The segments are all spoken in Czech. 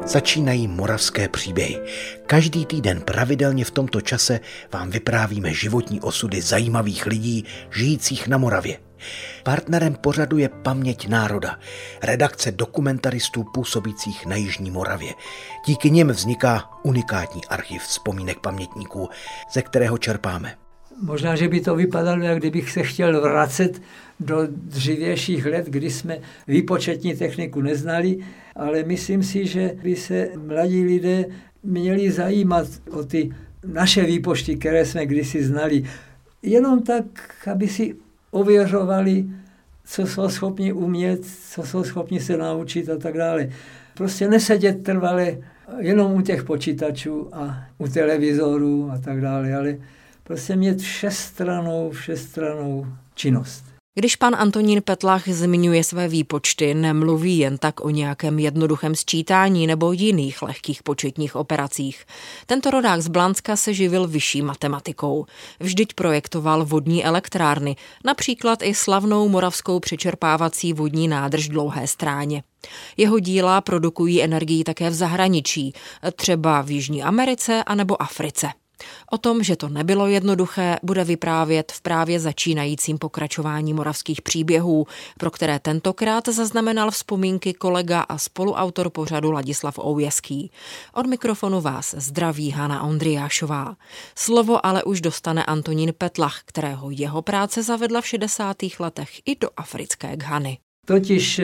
Začínají Moravské příběhy. Každý týden pravidelně v tomto čase vám vyprávíme životní osudy zajímavých lidí žijících na Moravě. Partnerem pořadu je Paměť národa, redakce dokumentaristů působících na jižní Moravě. Díky nim vzniká unikátní archiv vzpomínek pamětníků, ze kterého čerpáme. Možná, že by to vypadalo, jak kdybych se chtěl vracet do dřívějších let, kdy jsme výpočetní techniku neznali, ale myslím si, že by se mladí lidé měli zajímat o ty naše výpočty, které jsme kdysi znali. Jenom tak, aby si ověřovali, co jsou schopni umět, co jsou schopni se naučit a tak dále. Prostě nesedět trvale jenom u těch počítačů a u televizorů a tak dále, ale prostě mít všestrannou činnost. Když pan Antonín Petlach zmiňuje své výpočty, nemluví jen tak o nějakém jednoduchém sčítání nebo jiných lehkých početních operacích. Tento rodák z Blanska se živil vyšší matematikou. Vždyť projektoval vodní elektrárny, například i slavnou moravskou přečerpávací vodní nádrž Dlouhé Stráně. Jeho díla produkují energii také v zahraničí, třeba v Jižní Americe anebo Africe. O tom, že to nebylo jednoduché, bude vyprávět v právě začínajícím pokračování Moravských příběhů, pro které tentokrát zaznamenal vzpomínky kolega a spoluautor pořadu Ladislav Oujeský. Od mikrofonu vás zdraví Hana Ondriášová. Slovo ale už dostane Antonín Petlach, kterého jeho práce zavedla v 60. letech i do africké Ghany. Totiž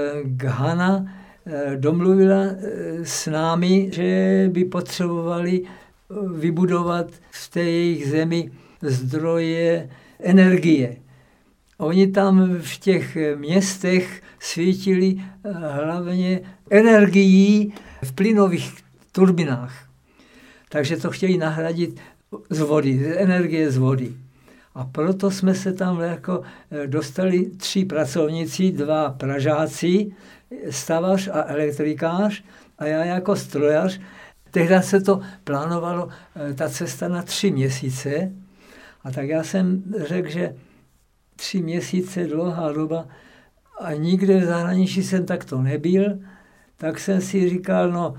Ghana domluvila s námi, že by potřebovali vybudovat v té jejich zemi zdroje energie. Oni tam v těch městech svítili hlavně energií v plynových turbinách. Takže to chtěli nahradit z vody, z energie z vody. A proto jsme se tam jako dostali 3 pracovníci, 2 Pražáci, stavař a elektrikář a já jako strojař. Tehdy se to plánovalo, ta cesta na 3 měsíce. A tak já jsem řekl, že 3 měsíce dlouhá doba a nikde v zahraničí jsem takto nebyl. Tak jsem si říkal,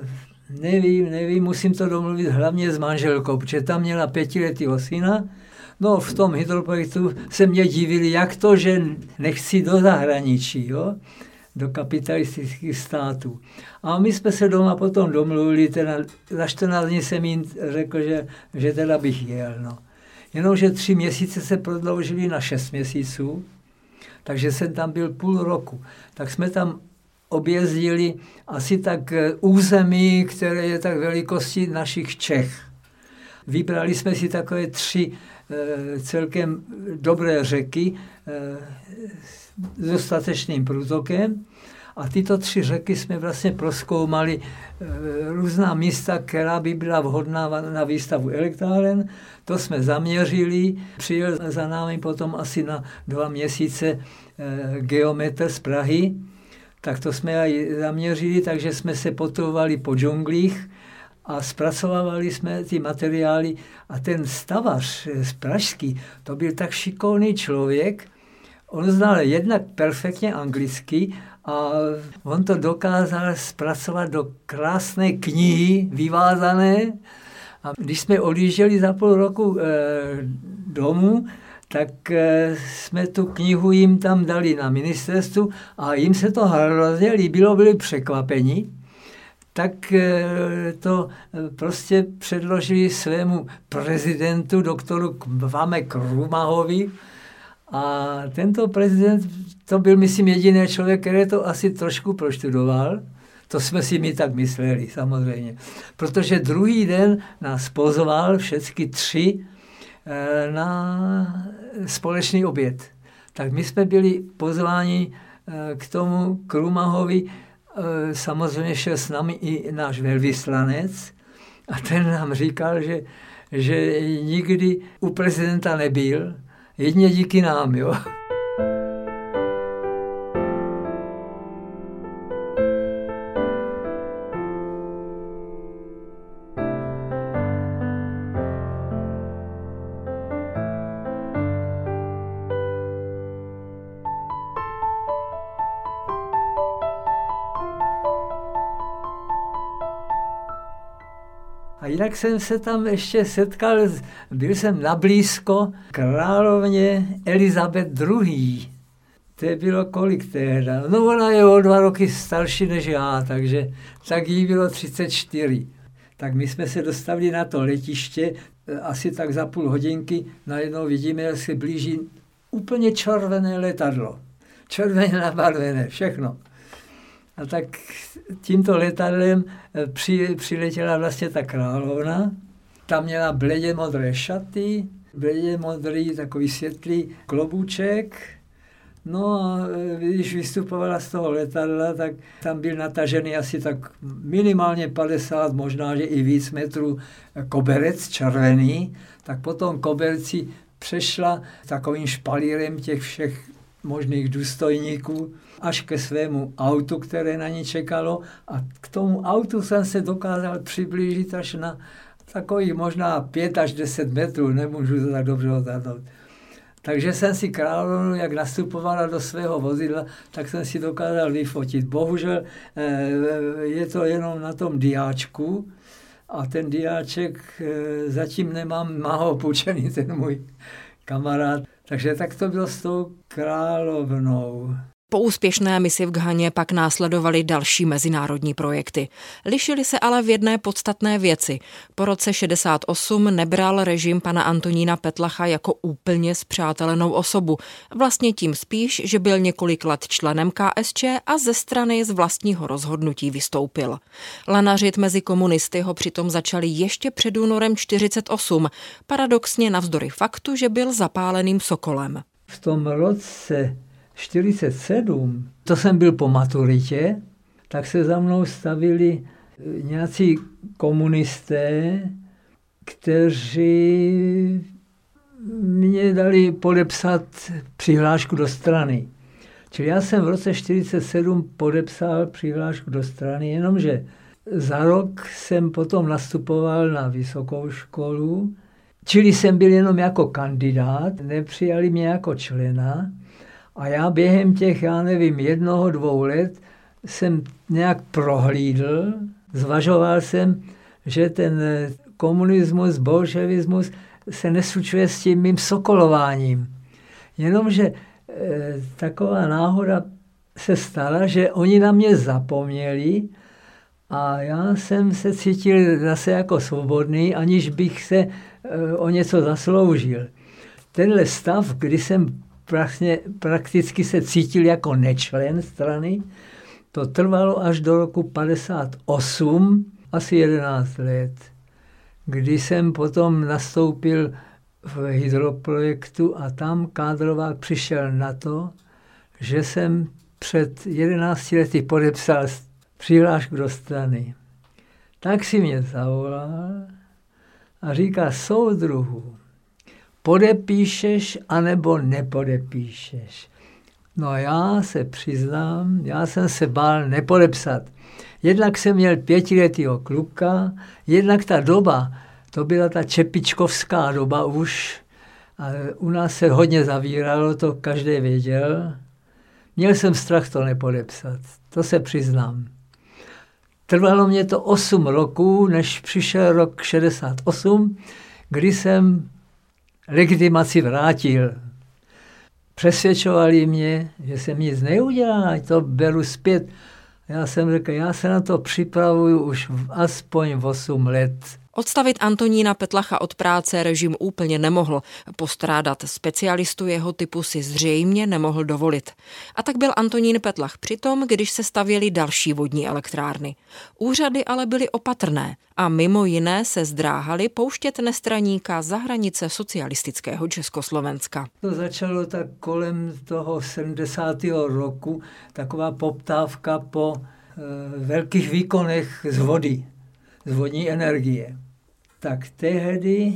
nevím, musím to domluvit hlavně s manželkou, protože tam měla 5letého syna. No v tom hydroprojektu se mě divili, jak to, že nechci do zahraničí, jo? Do kapitalistických států. A my jsme se doma potom domluvili, teda za 14 dní jsem jim řekl, že teda bych jel. No. Jenomže 3 měsíce se prodloužili na 6 měsíců, takže jsem tam byl půl roku. Tak jsme tam objezdili asi tak území, které je tak velikosti našich Čech. Vybrali jsme si takové 3 celkem dobré řeky s dostatečným průtokem a tyto 3 řeky jsme vlastně prozkoumali různá místa, která by byla vhodná na výstavu elektráren. To jsme zaměřili, přijel za námi potom asi na 2 měsíce geometr z Prahy, tak to jsme aj zaměřili, takže jsme se potovali po džunglích a zpracovávali jsme ty materiály a ten stavař z pražský, to byl tak šikovný člověk. On znal jednak perfektně anglicky a on to dokázal zpracovat do krásné knihy, vyvázané. A když jsme odjížděli za půl roku domů, tak jsme tu knihu jim tam dali na ministerstvu a jim se to hrozně líbilo, byli překvapeni. Tak to prostě předložili svému prezidentu, doktoru Kwame Nkrumah. A tento prezident, to byl, myslím, jediný člověk, který to asi trošku proštudoval. To jsme si my tak mysleli, samozřejmě. Protože druhý den nás pozval všechny 3 na společný oběd. Tak my jsme byli pozváni k tomu Krumahovi. Samozřejmě šel s námi i náš velvyslanec a ten nám říkal, že nikdy u prezidenta nebyl, jedině díky nám, jo. A jinak jsem se tam ještě setkal, byl jsem nablízko královně Elizabeth II. To bylo kolik tehda? No ona je o 2 roky starší než já, takže tak jí bylo 34. Tak my jsme se dostavili na to letiště, asi tak za půl hodinky, najednou vidíme, jak se blíží úplně červené letadlo. Červeně nabarvené, všechno. A tak tímto letadlem přiletěla vlastně ta královna. Tam měla bledě modré šaty, bledě modrý takový světlý klobůček. No a když vystupovala z toho letadla, tak tam byl natažený asi tak minimálně 50, možná že i víc metrů koberec červený. Tak po tom koberci přešla takovým špalírem těch všech možných důstojníků až ke svému autu, které na ní čekalo. A k tomu autu jsem se dokázal přiblížit až na takových možná 5 až 10 metrů, nemůžu to tak dobře odhadnout. Takže jsem si královnu, jak nastupovala do svého vozidla, tak jsem si dokázal vyfotit. Bohužel je to jenom na tom diáčku a ten diáček zatím nemám, má ho půjčený ten můj kamarád. Takže tak to bylo s tou královnou. Po úspěšné misi v Ghaně pak následovaly další mezinárodní projekty. Lišily se ale v jedné podstatné věci. Po roce 68 nebral režim pana Antonína Petlacha jako úplně spřátelenou osobu. Vlastně tím spíš, že byl několik let členem KSČ a ze strany z vlastního rozhodnutí vystoupil. Lanařit mezi komunisty ho přitom začali ještě před únorem 48, paradoxně navzdory faktu, že byl zapáleným sokolem. V tom roce 47, to jsem byl po maturitě, tak se za mnou stavili nějací komunisté, kteří mě dali podepsat přihlášku do strany. Čili já jsem v roce 47 podepsal přihlášku do strany, jenomže za rok jsem potom nastupoval na vysokou školu, čili jsem byl jenom jako kandidát, nepřijali mě jako člena. A já během těch, 1-2 let jsem nějak prohlídl, zvažoval jsem, že ten komunismus, bolševismus se neslučuje s tím mým sokolováním. Jenomže taková náhoda se stala, že oni na mě zapomněli a já jsem se cítil zase jako svobodný, aniž bych se o něco zasloužil. Tenhle stav, kdy jsem prakticky se cítil jako nečlen strany. To trvalo až do roku 58, asi 11 let, kdy jsem potom nastoupil v Hydroprojektu a tam Kádrovák přišel na to, že jsem před 11 lety podepsal přihlášku do strany. Tak si mě zavolal a říká: soudruhu, podepíšeš anebo nepodepíšeš? No já se přiznám, já jsem se bál nepodepsat. Jednak jsem měl 5letého kluka, jednak ta doba, to byla ta čepičkovská doba už, a u nás se hodně zavíralo, to každý věděl. Měl jsem strach to nepodepsat, to se přiznám. Trvalo mě to 8 roků, než přišel rok 68, kdy jsem legitimaci vrátil. Přesvědčovali mě, že jsem nic neudělal, ať to beru zpět. Já jsem řekl, já se na to připravuju už aspoň 8 let. Odstavit Antonína Petlacha od práce režim úplně nemohl. Postrádat specialistu jeho typu si zřejmě nemohl dovolit. A tak byl Antonín Petlach přitom, když se stavěly další vodní elektrárny. Úřady ale byly opatrné a mimo jiné se zdráhali pouštět nestraníka za hranice socialistického Československa. To začalo tak kolem toho 70. roku, taková poptávka po velkých výkonech z vody, z vodní energie. Tak tehdy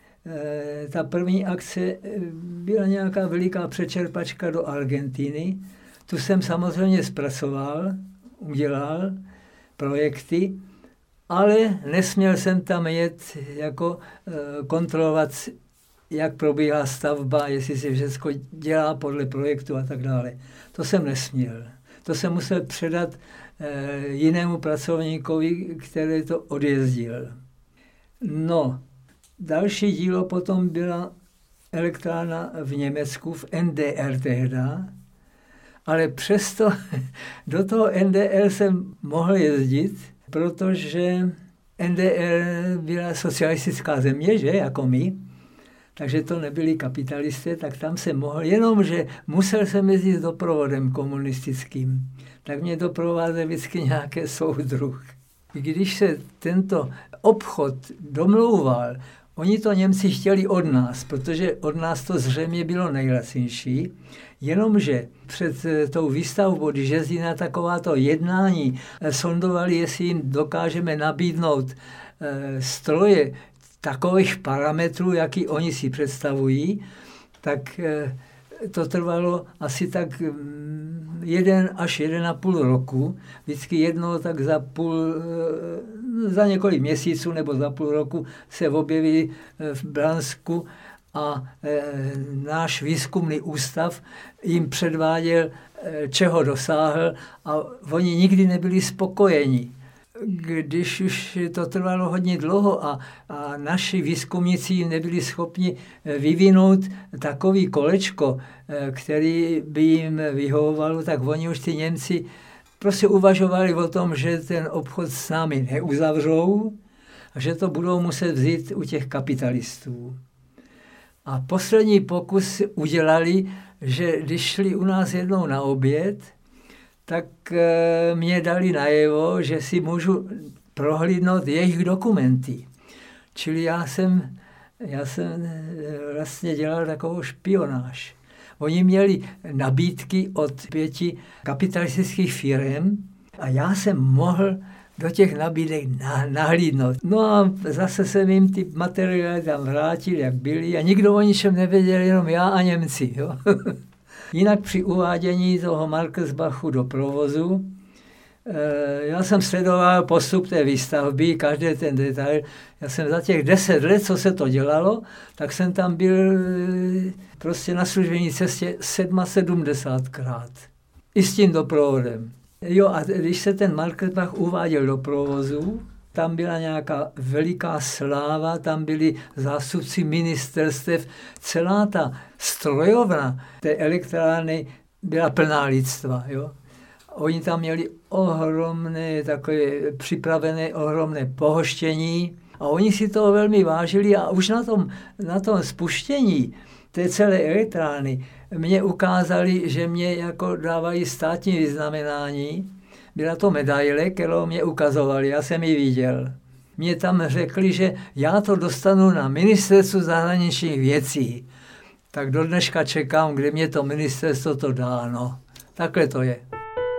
ta první akce byla nějaká veliká přečerpačka do Argentiny. Tu jsem samozřejmě zpracoval, udělal projekty, ale nesměl jsem tam jet jako kontrolovat, jak probíhá stavba, jestli se všechno dělá podle projektu a tak dále. To jsem nesměl. To jsem musel předat jinému pracovníkovi, který to odjezdil. No, další dílo potom byla elektrárna v Německu, v NDR tehda, ale přesto do toho NDR jsem mohl jezdit, protože NDR byla socialistická země, že, jako my, takže to nebyli kapitalisté, tak tam jsem mohl, jenomže musel jsem jezdit s doprovodem komunistickým, tak mě doprovázel vždycky nějaký soudruh. Když se tento obchod domlouval, oni to Němci chtěli od nás, protože od nás to zřejmě bylo nejlacnější, jenomže před tou výstavbou, když jezdí na takováto jednání, sondovali, jestli jim dokážeme nabídnout stroje takových parametrů, jaký oni si představují, tak to trvalo asi tak 1 až 1,5 roku. Vždycky jednou tak za několik měsíců nebo za půl roku se objeví v Blansku a náš výzkumný ústav jim předváděl, čeho dosáhl, a oni nikdy nebyli spokojeni. Když už to trvalo hodně dlouho a naši výzkumníci nebyli schopni vyvinout takový kolečko, který by jim vyhovovalo, tak oni už ty Němci prostě uvažovali o tom, že ten obchod s námi neuzavřou a že to budou muset vzít u těch kapitalistů. A poslední pokus udělali, že když šli u nás jednou na oběd, tak mě dali najevo, že si můžu prohlídnout jejich dokumenty. Čili já jsem vlastně dělal takovou špionáž. Oni měli nabídky od 5 kapitalistických firem a já jsem mohl do těch nabídek nahlídnout. No a zase jsem jim ty materiály tam vrátil, jak byly, a nikdo o ničem nevěděl, jenom já a Němci. Jo? Jinak při uvádění toho Markersbachu do provozu, já jsem sledoval postup té výstavby, každý ten detail. Já jsem za těch 10 let, co se to dělalo, tak jsem tam byl prostě na služební cestě 77krát. I s tím doprovodem. Jo, a když se ten Markersbach uváděl do provozu, tam byla nějaká veliká sláva, tam byli zástupci ministerstev, celá ta strojovna té elektrárny byla plná lidstva. Jo? Oni tam měli ohromné, takové připravené ohromné pohoštění a oni si toho velmi vážili a už na tom spuštění té celé elektrárny mě ukázali, že mě jako dávají státní vyznamenání. Byla to medaile, kterou mě ukazovali, já jsem ji viděl. Mě tam řekli, že já to dostanu na ministerstvu zahraničních věcí. Tak do dneška čekám, kde mě to ministerstvo to dá. No. Takhle to je.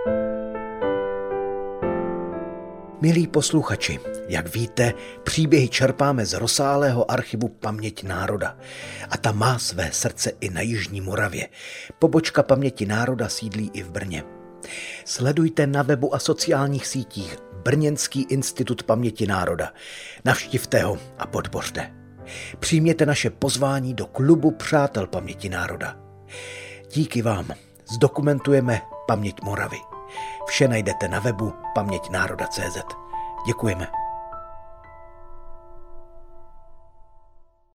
Milí posluchači, jak víte, příběhy čerpáme z rozsáhlého archivu Paměť národa. A ta má své srdce i na Jižní Moravě. Pobočka Paměti národa sídlí i v Brně. Sledujte na webu a sociálních sítích Brněnský institut paměti národa. Navštivte ho a podpořte. Přijměte naše pozvání do klubu Přátel paměti národa. Díky vám zdokumentujeme paměť Moravy. Vše najdete na webu pamětnároda.cz. Děkujeme.